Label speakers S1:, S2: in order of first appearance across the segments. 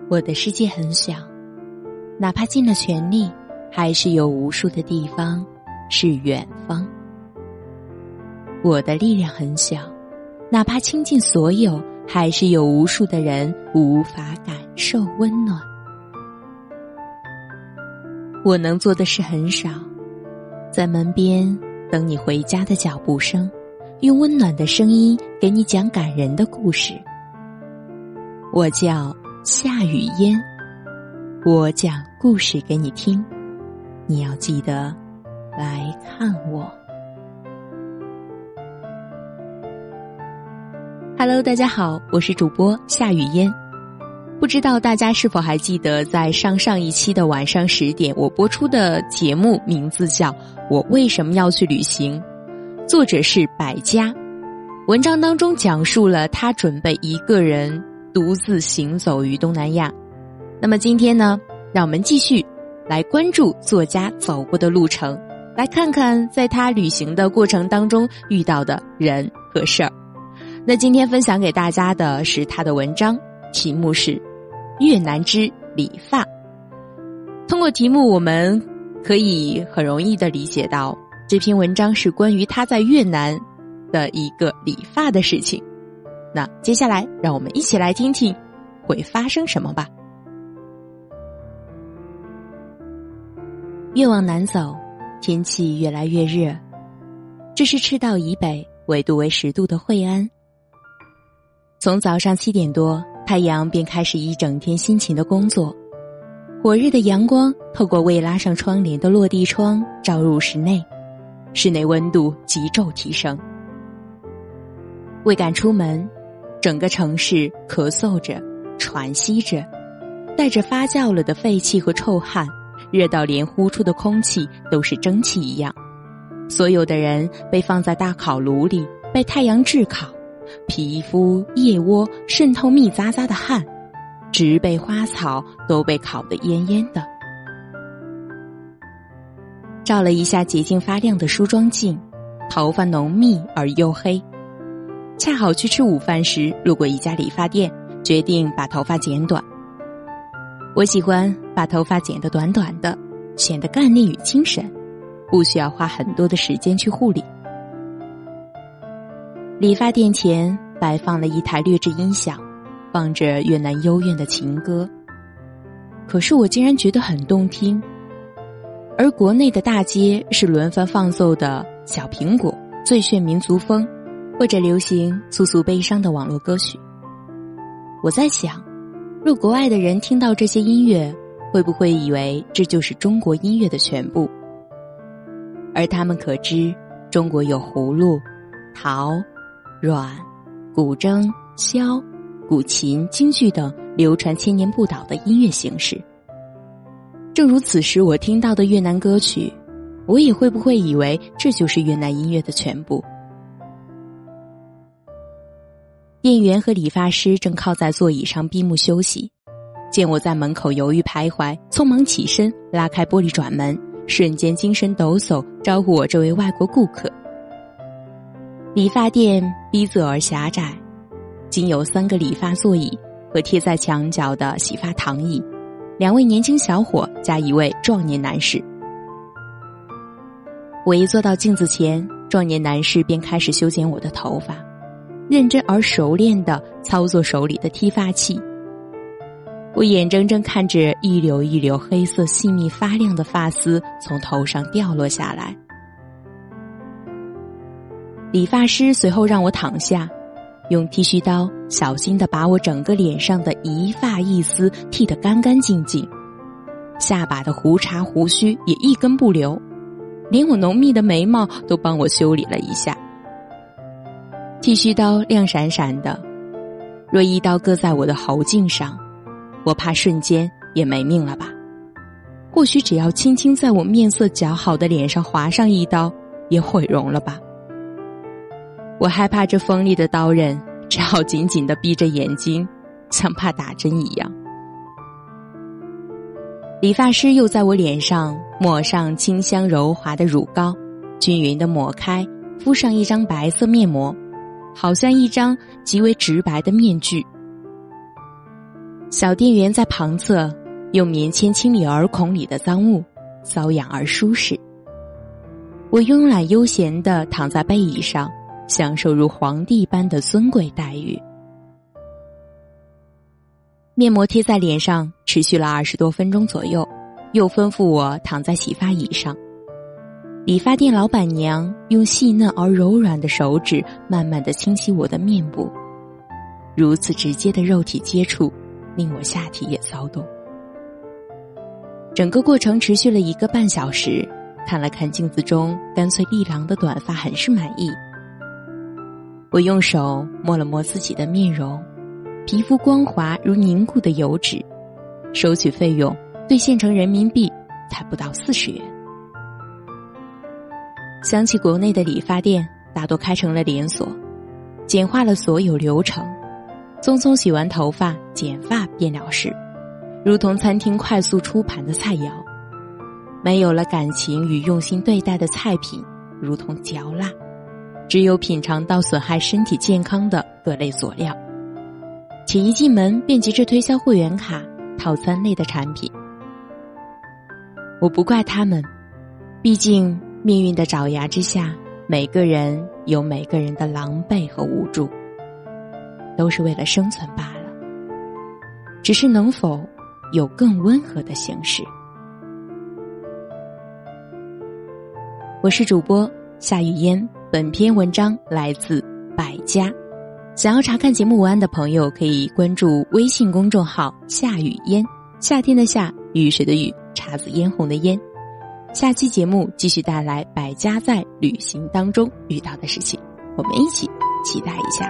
S1: 我的世界很小，哪怕尽了全力，还是有无数的地方是远方。我的力量很小，哪怕倾尽所有，还是有无数的人无法感受温暖。我能做的事很少，在门边等你回家的脚步声，用温暖的声音给你讲感人的故事。我叫夏雨嫣，我讲故事给你听，你要记得来看我。Hello， 大家好，我是主播夏雨嫣。不知道大家是否还记得，在上一期的晚上10点，我播出的节目名字叫《我为什么要去旅行》，作者是百家。文章当中讲述了他准备一个人独自行走于东南亚。那么今天呢，让我们继续来关注作家走过的路程，来看看在他旅行的过程当中遇到的人和事儿。那今天分享给大家的是他的文章，题目是越南之理发。通过题目我们可以很容易地理解到，这篇文章是关于他在越南的一个理发的事情。那接下来让我们一起来听听会发生什么吧。越往南走，天气越来越热。这是赤道以北纬度为10度的惠安。从早上7点多，太阳便开始一整天辛勤的工作，火热的阳光透过未拉上窗帘的落地窗照入室内，室内温度急骤提升。未赶出门，整个城市咳嗽着，喘息着，带着发酵了的废气和臭汗，热到连呼出的空气都是蒸汽一样。所有的人被放在大烤炉里，被太阳炙烤，皮肤、腋窝渗透密匝匝的汗，植被、花草都被烤得烟烟的。照了一下洁净发亮的梳妆镜，头发浓密而黝黑。恰好去吃午饭时路过一家理发店，决定把头发剪短。我喜欢把头发剪得短短的，显得干练与精神，不需要花很多的时间去护理。理发店前摆放了一台劣质音响，放着越南幽怨的情歌，可是我竟然觉得很动听。而国内的大街是轮番放奏的小苹果、最炫民族风，或者流行粗俗悲伤的网络歌曲。我在想，若国外的人听到这些音乐，会不会以为这就是中国音乐的全部？而他们可知，中国有葫芦、陶、阮、古筝、箫、古琴、京剧等流传千年不倒的音乐形式。正如此时我听到的越南歌曲，我也会不会以为这就是越南音乐的全部？店员和理发师正靠在座椅上闭目休息，见我在门口犹豫徘徊，匆忙起身拉开玻璃转门，瞬间精神抖擞，招呼我这位外国顾客。理发店逼仄而狭窄，仅有3个理发座椅和贴在墙角的洗发躺椅，2位年轻小伙加1位壮年男士。我一坐到镜子前，壮年男士便开始修剪我的头发，认真而熟练地操作手里的剃发器。我眼睁睁看着一绺一绺黑色细密发亮的发丝从头上掉落下来。理发师随后让我躺下，用剃须刀小心地把我整个脸上的一发一丝剃得干干净净，下巴的胡茬胡须也一根不留，连我浓密的眉毛都帮我修理了一下。剃须刀亮闪闪的，若一刀割在我的喉颈上，我怕瞬间也没命了吧。或许只要轻轻在我面色姣好的脸上划上一刀，也毁容了吧。我害怕这锋利的刀刃，只好紧紧地闭着眼睛，像怕打针一样。理发师又在我脸上抹上清香柔滑的乳膏，均匀地抹开，敷上一张白色面膜，好像一张极为直白的面具。 小店员在旁侧用棉签清理耳孔里的脏物，瘙痒而舒适。我慵懒悠闲地躺在背椅上，享受如皇帝般的尊贵待遇。面膜贴在脸上持续了20多分钟左右，又吩咐我躺在洗发椅上。理发店老板娘用细嫩而柔软的手指慢慢地清洗我的面部，如此直接的肉体接触令我下体也骚动。整个过程持续了1个半小时，看了看镜子中干脆利落的短发，很是满意。我用手摸了摸自己的面容，皮肤光滑如凝固的油脂，收取费用兑现成人民币才不到40元。想起国内的理发店大多开成了连锁，简化了所有流程，匆匆洗完头发剪发便了事，如同餐厅快速出盘的菜肴，没有了感情与用心对待的菜品如同嚼蜡，只有品尝到损害身体健康的各类佐料，且一进门便急着推销会员卡套餐类的产品。我不怪他们，毕竟命运的爪牙之下，每个人有每个人的狼狈和无助，都是为了生存罢了，只是能否有更温和的形式。我是主播夏雨嫣，本篇文章来自百家。想要查看节目文案的朋友可以关注微信公众号夏雨嫣，夏天的夏，雨水的雨，姹紫嫣红的嫣。下期节目继续带来百家在旅行当中遇到的事情，我们一起期待一下。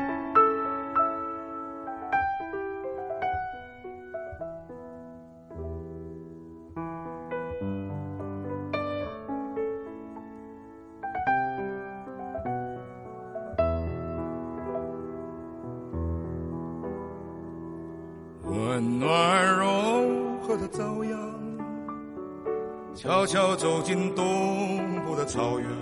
S2: 温暖柔和的朝阳，悄悄走进东部的草原，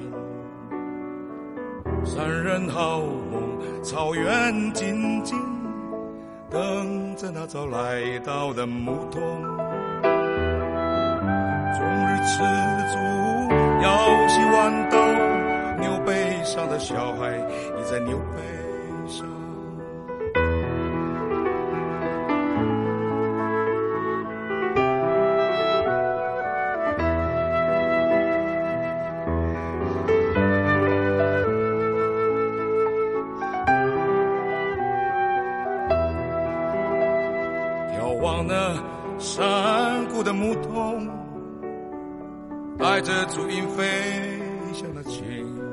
S2: 山人好梦，草原静静等着那早来到的牧童。终日吃足，腰系豌豆，牛背上的小孩倚在牛背上。望那山谷的牧童，带着足音飞向那青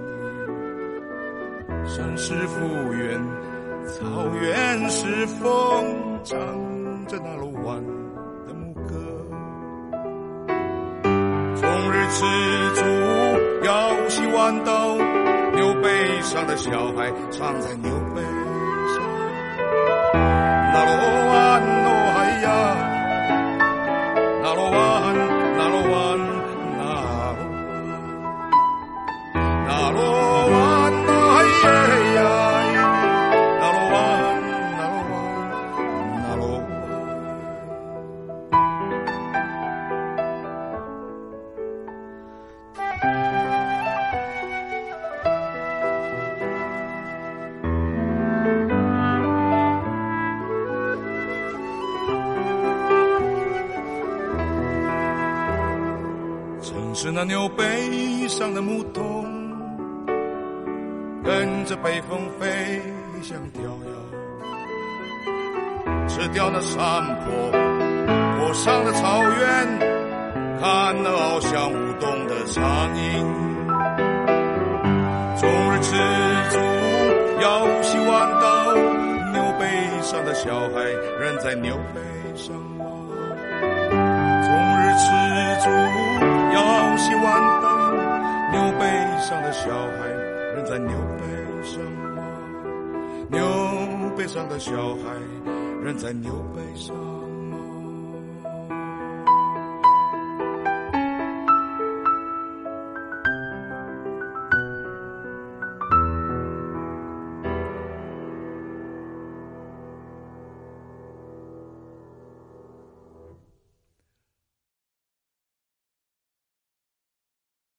S2: 山是复原，草原是风，唱着那路湾的牧歌。终日吃足，腰系豌豆，牛背上的小孩唱在牛背上。那路湾那罗湾，那罗湾，那罗湾，那耶呀，那罗湾，那罗湾，那罗湾。是那牛背上的牧童，跟着北风飞向迢遥，吃掉那山坡，坡上的草原，看那翱翔舞动的苍鹰。终日吃足，腰系豌豆，牛背上的小孩仍在牛背上吗？终日吃足，腰系豌豆，牛背上的小孩仍在牛背上吗？牛背上的小孩仍在牛背上。